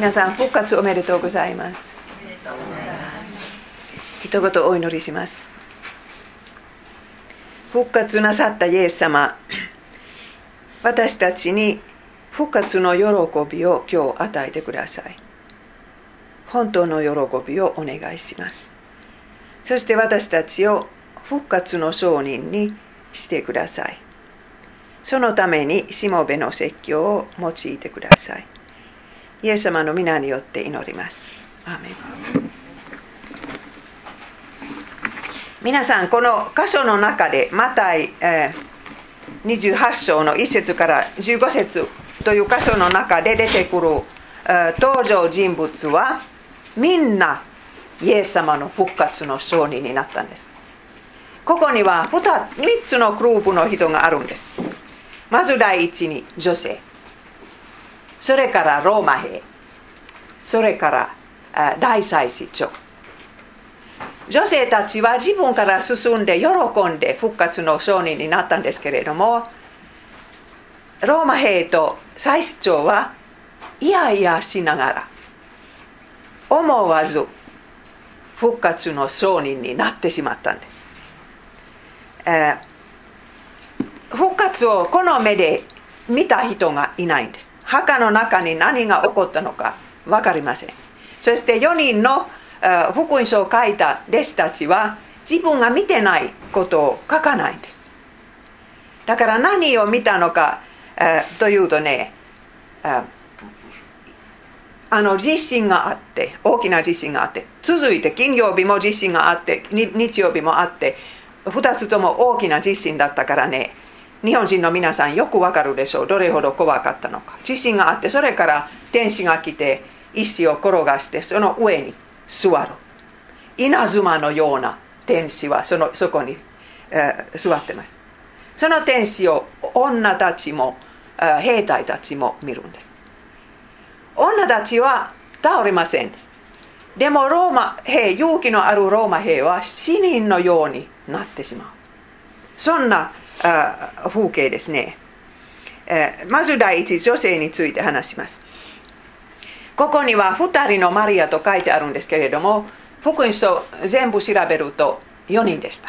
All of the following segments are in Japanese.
皆さん復活おめでとうございます。一言お祈りします。復活なさったイエス様、私たちに復活の喜びを今日与えてください。本当の喜びをお願いします。そして私たちを復活の証人にしてください。そのためにしもべの説教を用いてください。イエス様の皆によって祈ります。アーメン。皆さん、この箇所の中でマタイ、28章の1節から15節という箇所の中で出てくる、登場人物はみんなイエス様の復活の証人になったんです。ここには3つのグループの人があるんです。まず第一に女性、それからローマ兵、それから大祭司長。女性たちは自分から進んで喜んで復活の証人になったんですけれども、ローマ兵と祭司長はいやいやしながら思わず復活の証人になってしまったんです。復活をこの目で見た人がいないんです。墓の中に何が起こったのか分かりません。そして4人の福音書を書いた弟子たちは自分が見てないことを書かないんです。だから何を見たのかというとね、地震があって、大きな地震があって、続いて金曜日も地震があって、日曜日もあって、2つとも大きな地震だったからね、日本人の皆さんよくわかるでしょう。どれほど怖かったのか。地震があって、それから天使が来て石を転がしてその上に座る。稲妻のような天使はそこに、座ってます。その天使を女たちも兵隊たちも見るんです。女たちは倒れません。でもローマ兵、勇気のあるローマ兵は死人のようになってしまう。そんな風景ですね。まず第一、女性について話します。ここには2人のマリアと書いてあるんですけれども、福音書全部調べると4人でした。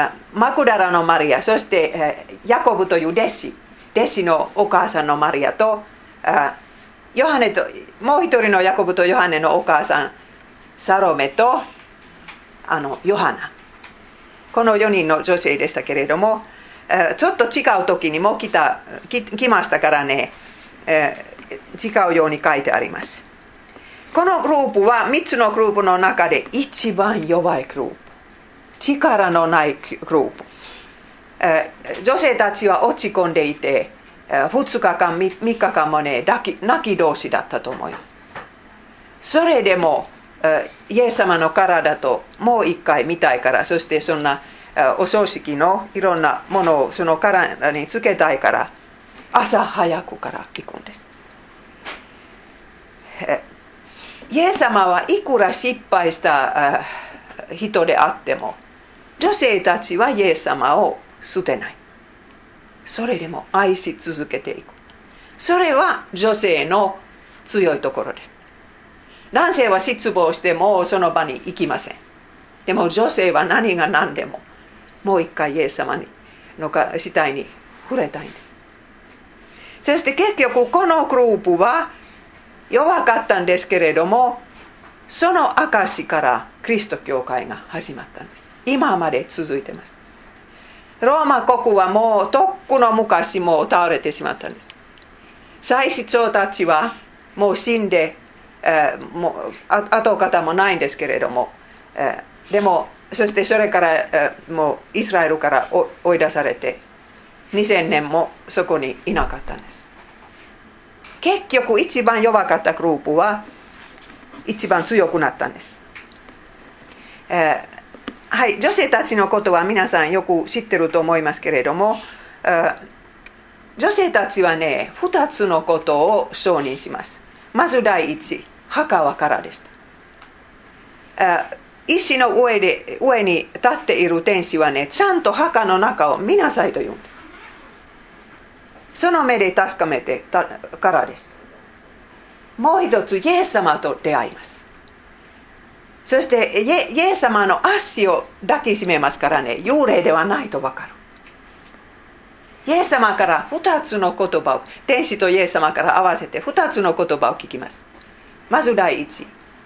マクダラのマリア、そしてヤコブという弟子のお母さんのマリアと、ヨハネともう一人のヤコブとヨハネのお母さんサロメとヨハナ、この4人の女性でしたけれども、ちょっと違う時にも来ましたからね、違うように書いてあります。このグループは3つのグループの中で一番弱いグループ、力のないグループ。女性たちは落ち込んでいて、2日間3日間もね泣き同士だったと思います。それでもイエス様の体ともう一回見たいから、そしてそんなお葬式のいろんなものをその体につけたいから朝早くから行くんです。イエス様はいくら失敗した人であっても、女性たちはイエス様を捨てない。それでも愛し続けていく。それは女性の強いところです。男性は失望してもうその場に行きません。でも女性は何が何でももう一回イエス様の死体に触れたいんです。そして結局このグループは弱かったんですけれども、その証からキリスト教会が始まったんです。今まで続いてます。ローマ国はもうとっくの昔もう倒れてしまったんです。祭司長たちはもう死んで、もう跡形もないんですけれども、でもそしてそれから、もうイスラエルから追い出されて2000年もそこにいなかったんです。結局一番弱かったグループは一番強くなったんです。はい、女性たちのことは皆さんよく知ってると思いますけれども、女性たちはね2つのことを承認します。まず第一、墓場からでした。石の上に立っている天使はね、ちゃんと墓の中を見なさいと言うんです。その目で確かめてからです。 もう一つイエス様と出会います。そしてイエス様の足を抱きしめますからね、幽霊ではないと分かる。イエス様から2つの言葉を、天使とイエス様から合わせて2つの言葉を聞きます。まず第一、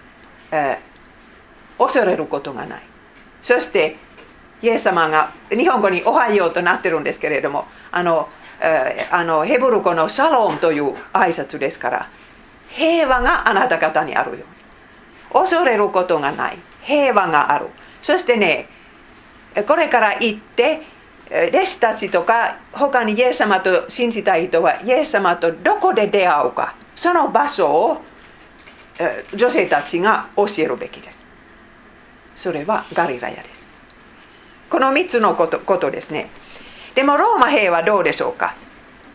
恐れることがない。そしてイエス様が日本語におはようとなってるんですけれども、ヘブル語のシャロームという挨拶ですから、平和があなた方にあるように。恐れることがない、平和がある。そしてね、これから行って弟子たちとか他にイエス様と信じたい人はイエス様とどこで出会うか、その場所を女性たちが教えるべきです。それはガリラヤです。この3つのことですね。でもローマ兵はどうでしょうか。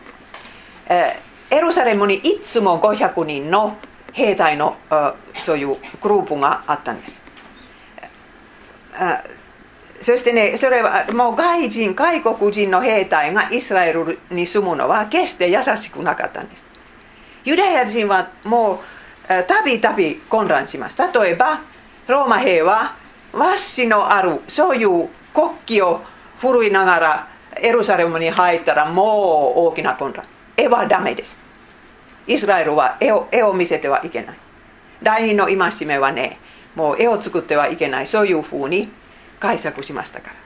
エルサレムにいつも500人の兵隊のそういうグループがあったんです。そしてね、それはもう外国人の兵隊がイスラエルに住むのは決して優しくなかったんです。ユダヤ人はもうたびたび混乱します。例えばローマ兵は和紙のあるそういう国旗を振るいながらエルサレムに入ったらもう大きな混乱。絵はダメです。イスラエルは絵を見せてはいけない。第二の戒めはね、もう絵を作ってはいけない、そういうふうに解釈しましたから、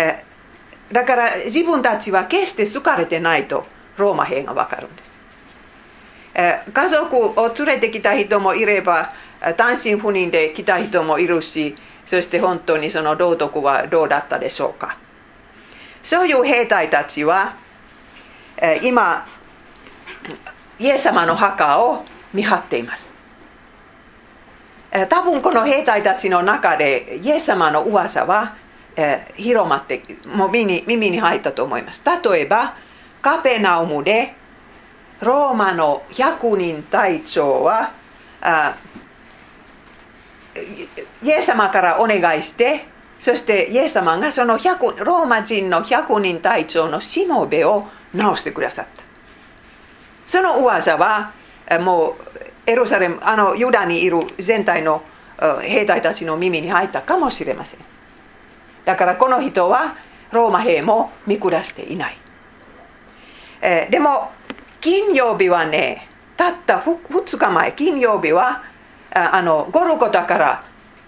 だから自分たちは決して好かれてないとローマ兵が分かるんです。家族を連れてきた人もいれば単身赴任で来た人もいるし、そして本当にその道徳はどうだったでしょうか。そういう兵隊たちは今イエス様の墓を見張っています。多分この兵隊たちの中でイエス様の噂は広まってもう耳に入ったと思います。例えばカペナウムでローマの100人隊長はイエス様からお願いして、そしてイエス様がそのローマ人の100人隊長のしもべを直してくださった。その噂はもうエルサレムユダにいる全体の兵隊たちの耳に入ったかもしれません。だからこの人はローマ兵も見下していない。でも金曜日はね、たった2日前、金曜日はゴルゴタから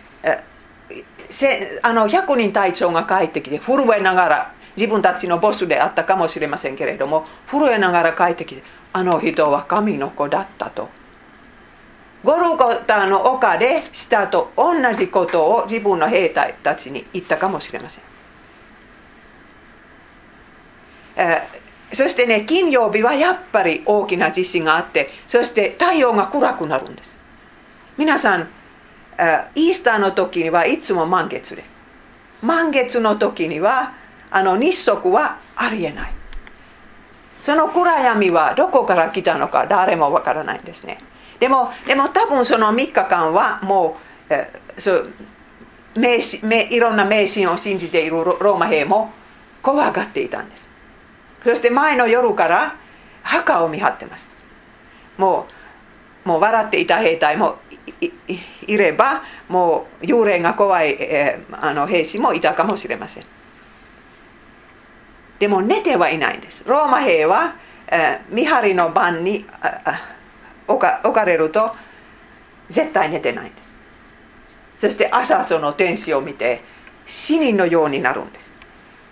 100人隊長が帰ってきて震えながら、自分たちのボスであったかもしれませんけれども、震えながら帰ってきて、あの人は神の子だったと。ゴルゴタの丘でしたと同じことを自分の兵隊たちに言ったかもしれません。そしてね、金曜日はやっぱり大きな地震があって、そして太陽が暗くなるんです。皆さん、イースターの時にはいつも満月です。満月の時には日食はありえない。その暗闇はどこから来たのか誰もわからないんですね。でも多分その3日間はもういろんな迷信を信じているローマ兵も怖がっていたんです。そして前の夜から墓を見張ってます。もう笑っていた兵隊も いれば、もう幽霊が怖い、兵士もいたかもしれません。でも寝てはいないんです。ローマ兵は、見張りの番に置かれると絶対寝てないんです。そして朝その天使を見て死人のようになるんです。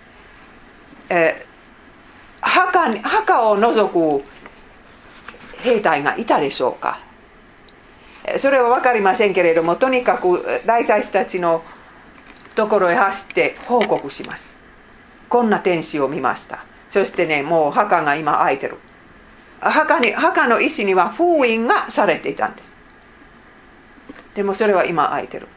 墓を除く兵隊がいたでしょうか。それは分かりませんけれども、とにかく大祭司たちのところへ走って報告します。こんな天使を見ました。そしてね、もう墓が今開いてる。墓の石には封印がされていたんです。でもそれは今開いてる。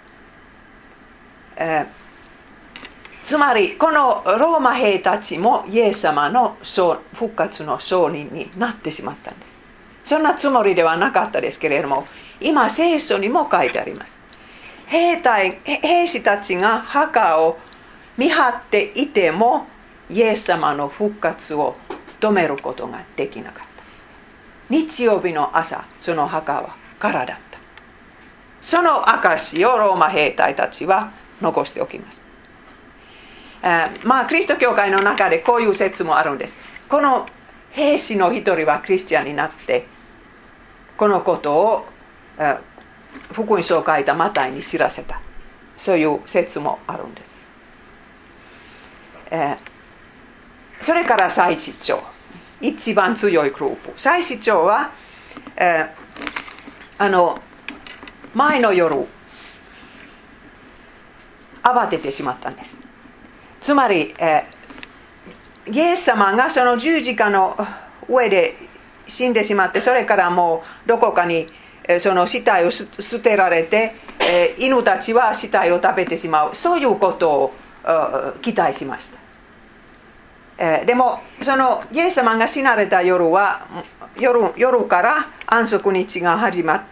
つまりこのローマ兵たちもイエス様の復活の証人になってしまったんです。そんなつもりではなかったですけれども、今聖書にも書いてあります。兵士たちが墓を見張っていてもイエス様の復活を止めることができなかっ日曜日の朝、その墓は空だった。その証をローマ兵隊たちは残しておきます。キリスト教会の中でこういう説もあるんです。この兵士の一人はクリスチャンになって、このことを福音書を書いたマタイに知らせた。そういう説もあるんです。それから祭司長、一番強いグループ。祭司長は、前の夜慌ててしまったんです。つまり、イエス様がその十字架の上で死んでしまって、それからもうどこかにその死体を捨てられて、犬たちは死体を食べてしまう、そういうことを期待しました。でもそのイエス様が死なれた夜から安息日が始まって、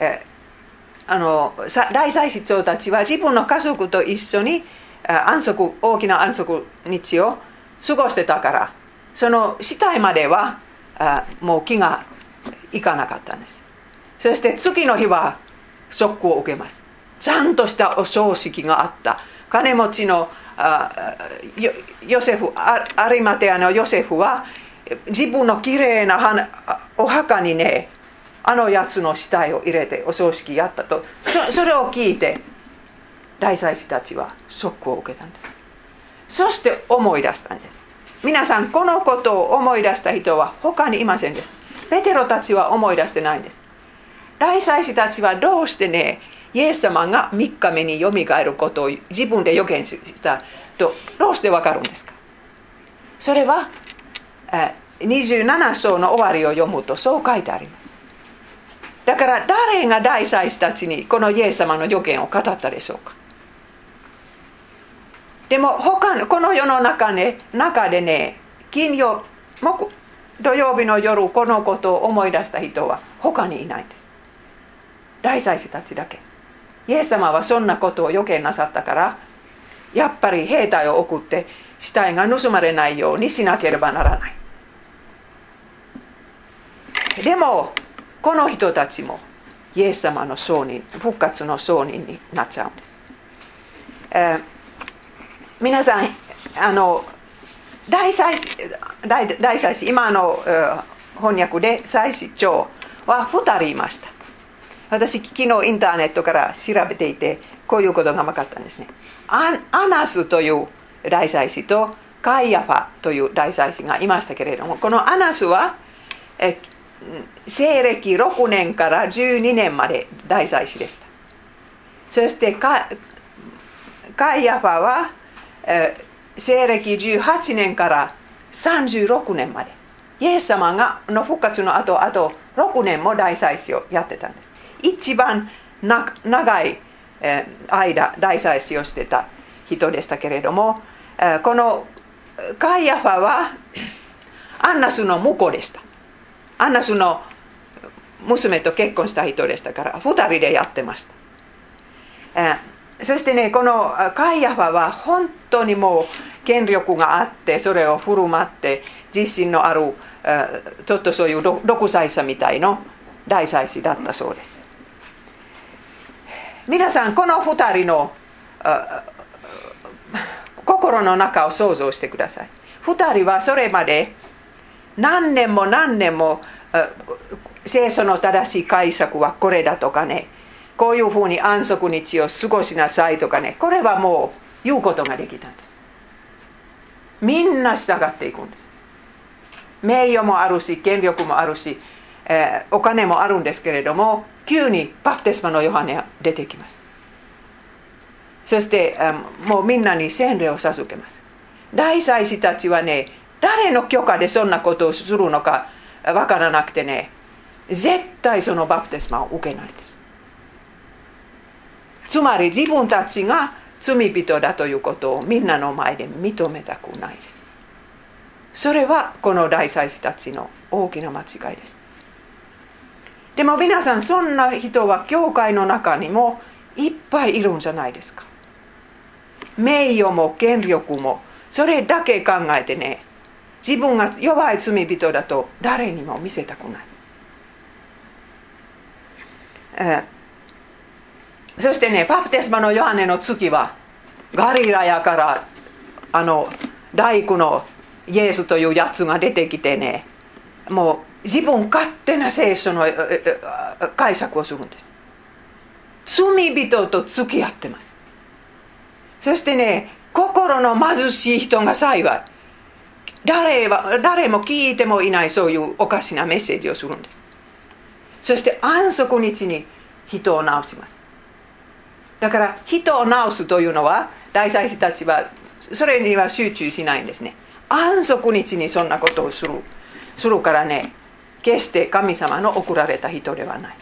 大祭司長たちは自分の家族と一緒に大きな安息日を過ごしてたから、その死体まではもう気がいかなかったんです。そして次の日はショックを受けます。ちゃんとしたお葬式があった。金持ちのヨセフ、アリマテアのヨセフは自分のきれいなお墓にね、やつの死体を入れてお葬式やったと。それを聞いて大祭司たちはショックを受けたんです。そして思い出したんです。皆さん、このことを思い出した人は他にいませんです。ペテロたちは思い出してないんです。大祭司たちはどうしてね、イエス様が3日目によみがえることを自分で予言したとどうしてわかるんですか。それは27章の終わりを読むとそう書いてあります。だから誰が大祭司たちにこのイエス様の予言を語ったでしょうか。でもこの世の中でね、土曜日の夜このことを思い出した人は他にいないんです。大祭司たちだけ。イエス様はそんなことを予見なさったから、やっぱり兵隊を送って死体が盗まれないようにしなければならない。でもこの人たちもイエス様の証人、復活の証人になっちゃうんです。皆さん、大祭司、今の翻訳で祭司長は2人いました。私昨日インターネットから調べていて、こういうことが分かったんですね。アナスという大祭司とカイヤファという大祭司がいましたけれども、このアナスは西暦6年から12年まで大祭司でした。そしてカイヤファは西暦18年から36年まで、イエス様の復活の後6年も大祭司をやってたんです。一番長い間大祭司をしてた人でしたけれども、このカイヤファはアンナスの婿でした。アンナスの娘と結婚した人でしたから、2人でやってました。そしてね、このカイヤファは本当にもう権力があって、それを振る舞って自信のあるちょっとそういう独裁者みたいな大祭司だったそうです。皆さん、この2人の心の中を想像してください。2人はそれまで何年も聖書の正しい解釈はこれだとかね、こういうふうに安息日を過ごしなさいとかね、これはもう言うことができたんです。みんな従っていくんです。名誉もあるし、権力もあるし、お金もあるんですけれども、急にバプテスマのヨハネが出てきます。そしてもうみんなに洗礼を授けます。大祭司たちはね、誰の許可でそんなことをするのかわからなくてね、絶対そのバプテスマを受けないです。つまり自分たちが罪人だということをみんなの前で認めたくないです。それはこの大祭司たちの大きな間違いです。でも皆さん、そんな人は教会の中にもいっぱいいるんじゃないですか。名誉も権力もそれだけ考えてね、自分が弱い罪人だと誰にも見せたくない。 そしてね、バプテスマのヨハネの月はガリラヤから大工のイエスというやつが出てきてね、もう自分勝手な聖書の解釈をするんです。罪人と付き合ってます。そしてね、心の貧しい人が幸い。誰も聞いてもいないそういうおかしなメッセージをするんです。そして安息日に人を治します。だから人を治すというのは、大祭司たちはそれには集中しないんですね。安息日にそんなことをするからね、決して神様の送られた人ではない。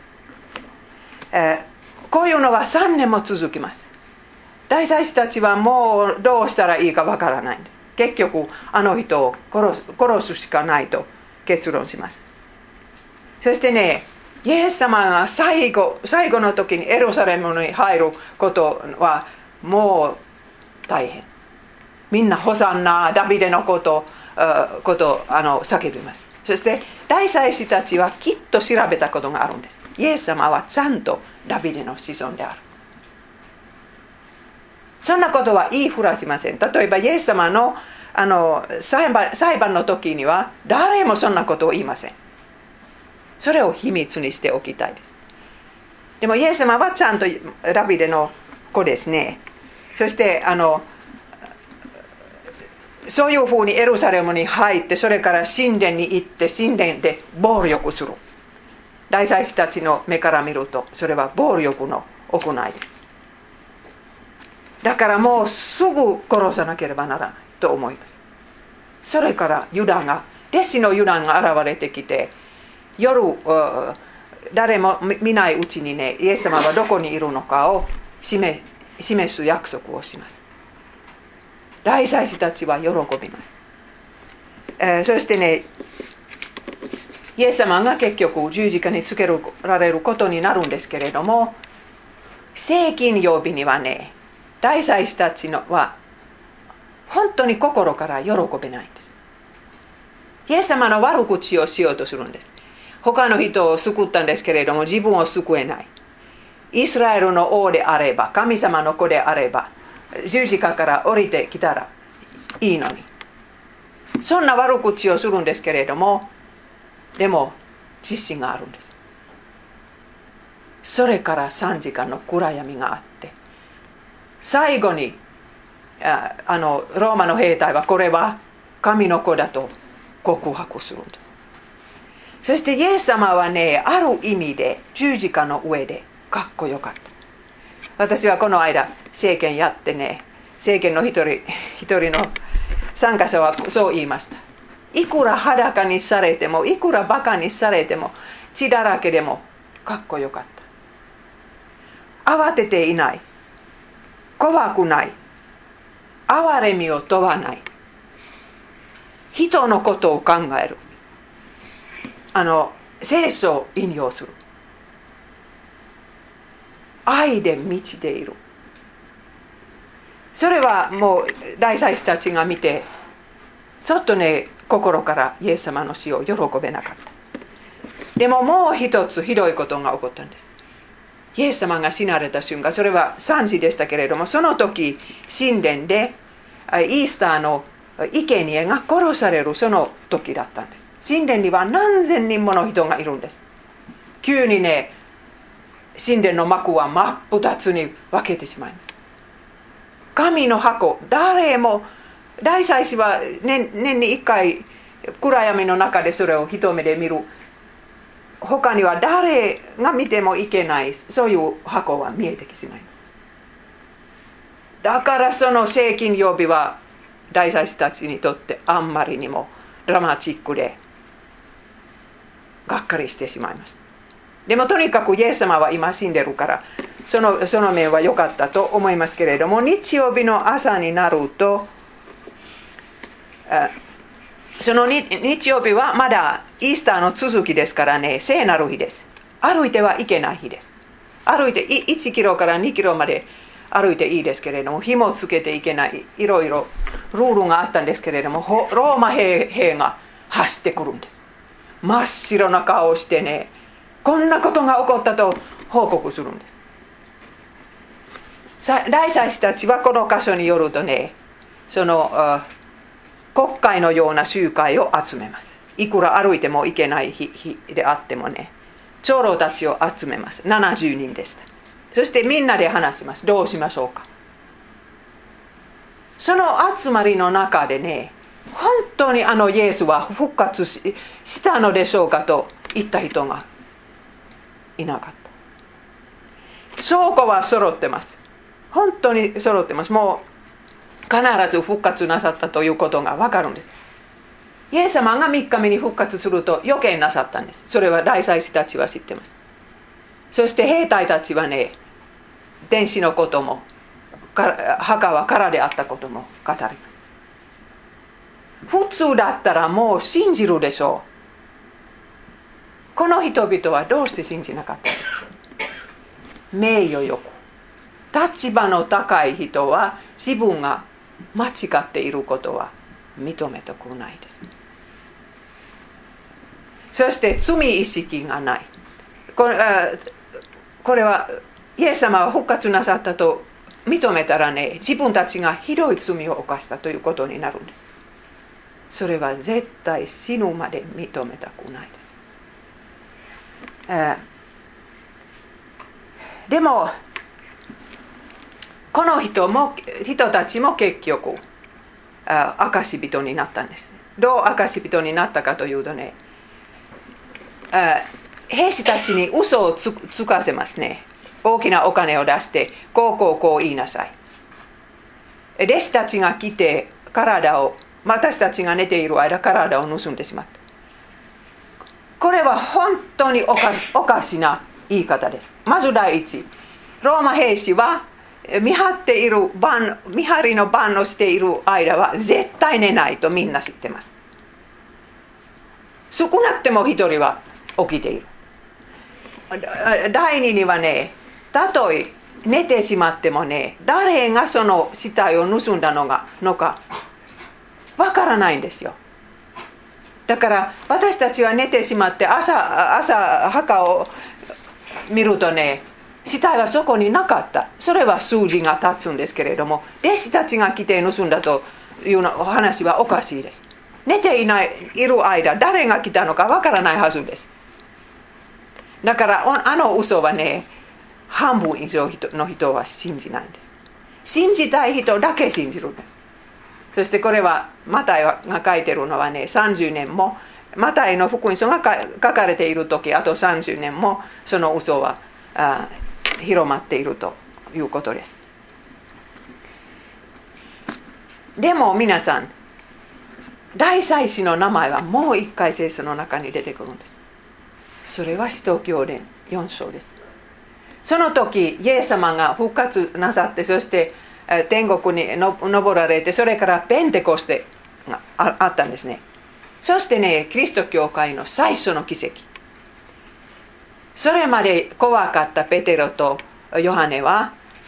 こういうのは3年も続きます。大祭司たちはもうどうしたらいいかわからないんです。結局あの人を殺すしかないと結論します。そしてね、イエス様が最後の時にエルサレムに入ることはもう大変。みんなホサンナ、ダビデのこと叫びます。そして大祭司たちはきっと調べたことがあるんです。イエス様はちゃんとダビデの子孫である。そんなことは言いふらしません。例えばイエス様の裁判の時には誰もそんなことを言いません。それを秘密にしておきたいです。でもイエス様はちゃんとダビデの子ですね。そしてそういうふうにエルサレムに入って、それから神殿に行って神殿で暴力する。大祭司たちの目から見るとそれは暴力の行いです。だからもうすぐ殺さなければならないと思います。それから弟子のユダが現れてきて、夜誰も見ないうちにね、イエス様はどこにいるのかを示す約束をします。大祭司たちは喜びます。そしてね、イエス様が結局十字架につけられることになるんですけれども、聖金曜日にはね、大祭司たちは本当に心から喜べないんです。イエス様の悪口をしようとするんです。他の人を救ったんですけれども自分を救えない。イスラエルの王であれば、神様の子であれば、十字架から降りてきたらいいのに、そんな悪口をするんですけれども、でも実心があるんです。それから3時間の暗闇があって、最後にローマの兵隊はこれは神の子だと告白するんです。そしてイエス様はね、ある意味で十字架の上でかっこよかった。私はこの間聖剣やってね、聖剣の一人の参加者はそう言いました。いくら裸にされても、いくらバカにされても、血だらけでもかっこよかった。慌てていない、怖くない、憐れみを問わない、人のことを考える、聖書を引用する、愛で満ちている。それはもう大祭司たちが見て、ちょっとね、心からイエス様の死を喜べなかった。でももう一つひどいことが起こったんです。イエス様が死なれた瞬間、それは3時でしたけれども、その時神殿でイースターの生贄が殺されるその時だったんです。神殿には何千人もの人がいるんです。急にね、神殿の幕は真っ二つに分けてしまいます。神の箱、誰も、大祭司は 年に1回暗闇の中でそれを一目で見る。他には誰が見てもいけない、そういう箱は見えてしまいます。だからその聖金曜日は大祭司たちにとってあんまりにもドラマチックでがっかりしてしまいます。でもとにかくイエス様は今死んでるから、その面は良かったと思いますけれども、日曜日の朝になると、その日曜日はまだイースターの続きですからね、聖なる日です。歩いてはいけない日です。歩いて1キロから2キロまで歩いていいですけれども、紐をつけていけない、いろいろルールがあったんですけれども、ローマ兵が走ってくるんです。真っ白な顔をしてね、こんなことが起こったと報告するんです。大祭司たちはこの箇所によるとね、その国会のような集会を集めます。いくら歩いてもいけない日であってもね、長老たちを集めます。70人でした。そしてみんなで話します。どうしましょうか。その集まりの中でね、本当にイエスは復活したのでしょうかと言った人がいなかった。証拠は揃ってます。本当に揃ってます。もう必ず復活なさったということが分かるんです。イエス様が3日目に復活すると予見なさったんです。それは大祭司たちは知ってます。そして兵隊たちはね、天使のことも墓は空であったことも語ります。普通だったらもう信じるでしょう。この人々はどうして信じなかったんですか。名誉欲、立場の高い人は自分が間違っていることは認めたくないです。そして罪意識がない。これはイエス様は復活なさったと認めたらね、自分たちがひどい罪を犯したということになるんです。それは絶対死ぬまで認めたくないです。でもこの人たちも結局証人になったんです。どう証人になったかというとね、兵士たちに嘘をつかせますね。大きなお金を出してこう言いなさい。弟子たちが来て私たちが寝ている間体を盗んでしまった。これは本当におかしな言い方です。まず第一、ローマ兵士は見張りの番をしている間は絶対寝ないとみんな知ってます。少なくても一人は起きている。第二にはね、たとえ寝てしまってもね、誰がその死体を盗んだのかわからないんですよ。だから私たちは寝てしまって朝墓を見るとね、死体はそこになかった。それは数字が立つんですけれども、弟子たちが来て盗んだというの話はおかしいです。寝ている間誰が来たのかわからないはずです。だから嘘はね、半分以上の人は信じないんです。信じたい人だけ信じるんです。そしてこれはマタイが書いてるのはね、30年もマタイの福音書が書かれている時、あと30年もその嘘は広まっているということです。でも皆さん、大祭司の名前はもう一回聖書の中に出てくるんです。それは使徒行伝4章です。その時イエス様が復活なさって、そして天国に昇られて、それからペンテコステがあったんですね。そしてね、キリスト教会の最初の奇跡、それまで怖かったペテロとヨハネは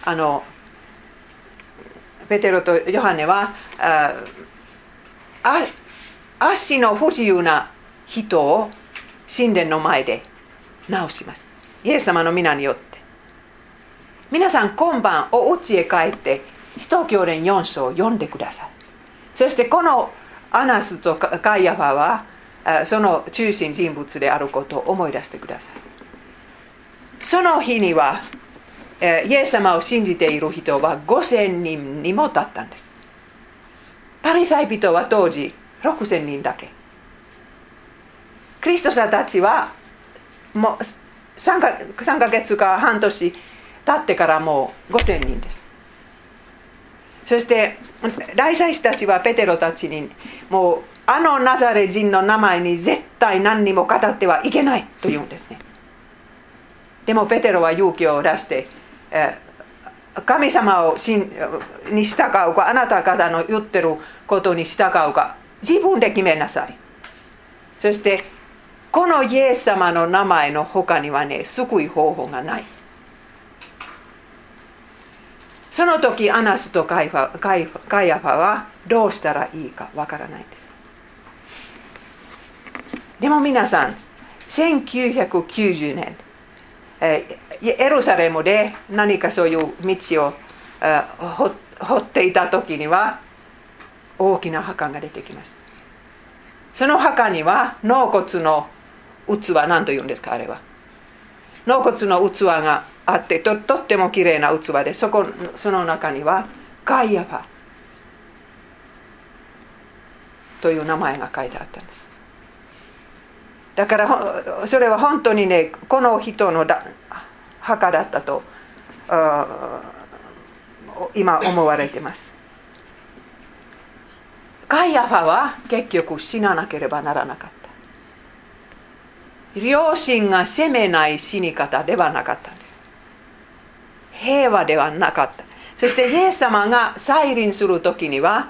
足の不自由な人を神殿の前で治します。イエス様の皆によって。皆さん今晩お家へ帰って使徒行伝4章を読んでください。そしてこのアナスとカイアファはその中心人物であることを思い出してください。その日にはイエス様を信じている人は5000人にも立ったんです。パリサイ人は当時6000人だけ。クリスト者たちはもう3ヶ月か半年経ってからもう5000人です。そして大祭司たちはペテロたちにもうナザレ人の名前に絶対何にも語ってはいけないと言うんですね。でもペテロは勇気を出して神様に従うか、あなた方の言ってることに従うか自分で決めなさい。そしてこのイエス様の名前の他にはね、救い方法がない。その時アナスとカイアファはどうしたらいいかわからないんです。でも皆さん、1990年エルサレムで何かそういう道を掘っていた時には大きな墓が出てきます。その墓には納骨の器、何と言うんですか、あれは納骨の器があって、とってもきれいな器で、その中にはカイアファという名前が書いてあったんです。だからそれは本当にね、この人の墓だったと今思われています。カイアファは結局死ななければならなかった。良心が責めない死に方ではなかったんです。平和ではなかった。そしてイエス様が再臨するときには、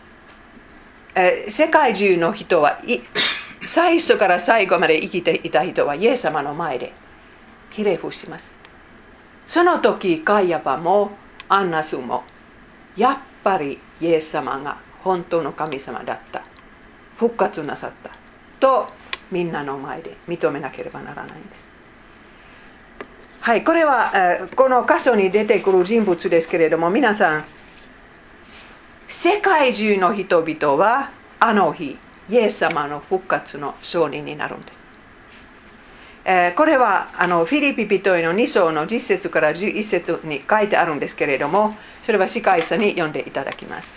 世界中の人は最初から最後まで生きていた人はイエス様の前でひれ伏します。その時カイアファもアンナスもやっぱりイエス様が本当の神様だった、復活なさったとみんなの前で認めなければならないんです。はい、これはこの箇所に出てくる人物ですけれども、皆さん、世界中の人々はあの日イエス様の復活の証人になるんです。これはフィリピ人への2章の10節から11節に書いてあるんですけれども、それは司会者に読んでいただきます。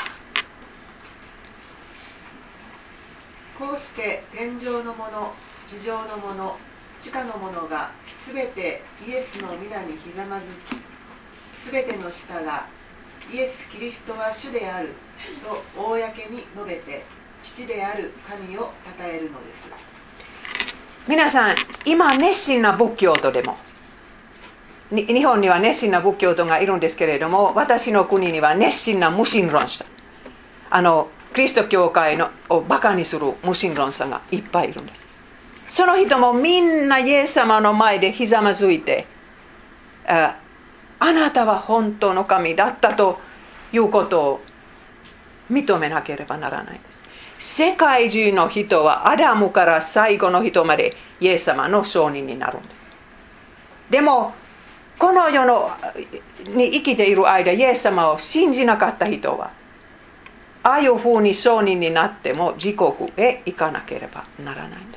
こうして天上のもの、地上のもの、地下のものがすべてイエスの皆にひざまずき、すべての舌がイエス・キリストは主であると公に述べて、父である神を称えるのです。 皆さん、今熱心な仏教徒でも、日本には熱心な仏教徒がいるんですけれども、私の国には熱心な無神論者、キリスト教会をバカにする無神論者がいっぱいいるんです。その人もみんなイエス様の前でひざまずいて、あなたは本当の神だったということを認めなければならないんです。世界中の人はアダムから最後の人までイエス様の証人になるんです。でもこの世に生きている間、イエス様を信じなかった人はああいうふうに証人になっても地獄へ行かなければならないんです。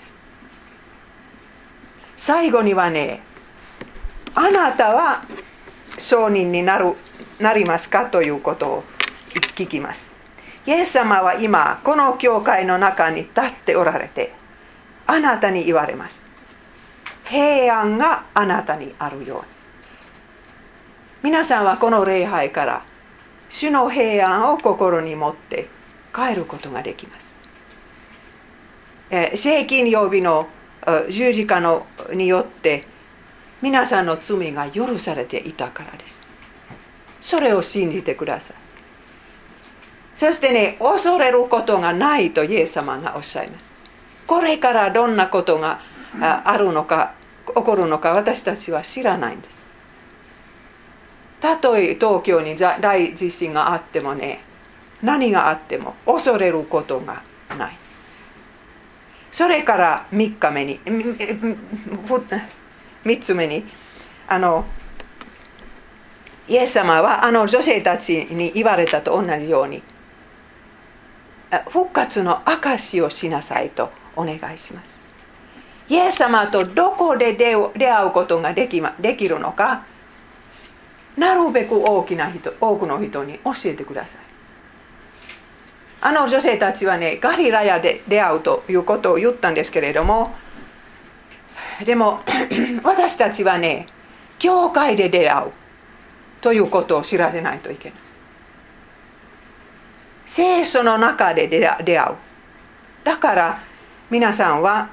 最後にはね、あなたは証人になりますかということを聞きます。イエス様は今この教会の中に立っておられて、あなたに言われます。平安があなたにあるように。皆さんはこの礼拝から主の平安を心に持って帰ることができます。聖金曜日の十字架によって皆さんの罪が許されていたからです。それを信じてください。そしてね、恐れることがないとイエス様がおっしゃいます。これからどんなことがあるのか起こるのか私たちは知らないんです。たとえ東京に大地震があってもね、何があっても恐れることがない。それから3つ目にイエス様は女性たちに言われたと同じように、復活の証しをしなさいとお願いします。イエス様とどこで出会うことができるのか、なるべく多くの人に教えてください。女性たちはね、ガリラヤで出会うということを言ったんですけれども、でも私たちはね、教会で出会うということを知らせないといけない。聖書の中で出会う。だから皆さんは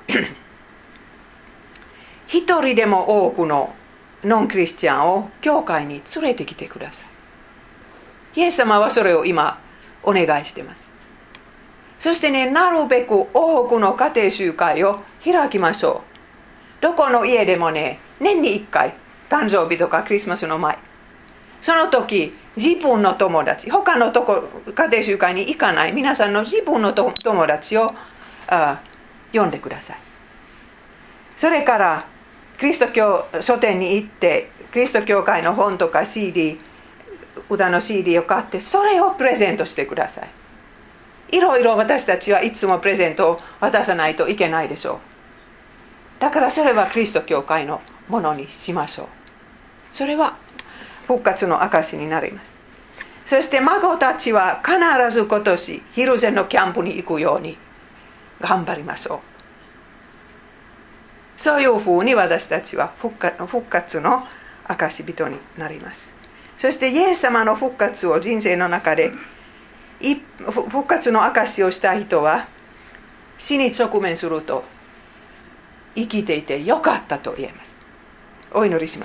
一人でも多くのノンクリスチャンを教会に連れてきてください。イエス様はそれを今お願いしています。そしてね、なるべく多くの家庭集会を開きましょう。どこの家でもね、年に1回誕生日とかクリスマスの前、その時自分の友達、他の家庭集会に行かない皆さんの自分の友達を呼んでください。それからキリスト教書店に行ってキリスト教会の本とか CD 歌の CD を買ってそれをプレゼントしてください。いろいろ私たちはいつもプレゼントを渡さないといけないでしょう。だからそれはキリスト教会のものにしましょう。それは復活の証になります。そして孫たちは必ず今年ヒルゼのキャンプに行くように頑張りましょう。そういうふうに私たちは復活の証人になります。そしてイエス様の復活を人生の中で復活の証をした人は死に直面すると生きていてよかったと言えます。お祈りします。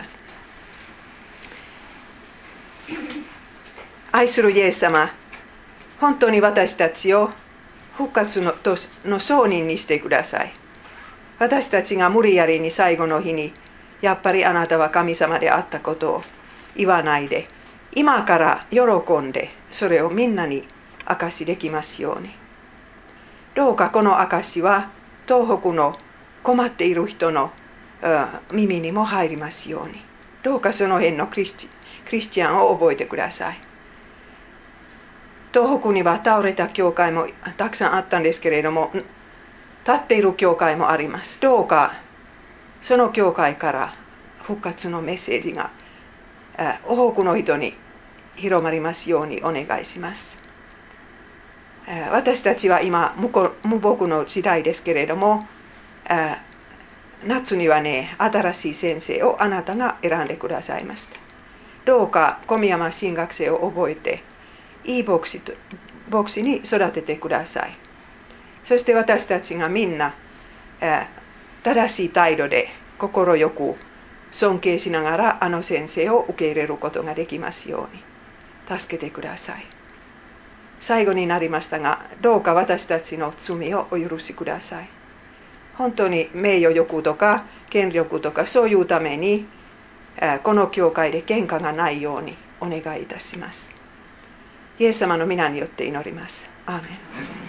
愛するイエス様、本当に私たちを復活の証人にしてください。私たちが無理やりに最後の日にやっぱりあなたは神様であったことを言わないで、今から喜んでそれをみんなに証しできますように。どうかこの証は東北の困っている人の耳にも入りますように。どうかその辺のクリスチャンを覚えてください。東北には倒れた教会もたくさんあったんですけれども、立っている教会もあります。どうかその教会から復活のメッセージが多くの人に広まりますようにお願いします。私たちは今無牧の時代ですけれども、夏にはね、新しい先生をあなたが選んでくださいました。どうか小宮山神学生を覚えていい牧師に育ててください。そして私たちがみんな、正しい態度で心よく尊敬しながらあの先生を受け入れることができますように助けてください。最後になりましたが、どうか私たちの罪をお許しください。本当に名誉欲とか権力とかそういうためにこの教会で喧嘩がないようにお願いいたします。イエス様の皆によって祈ります。アーメン。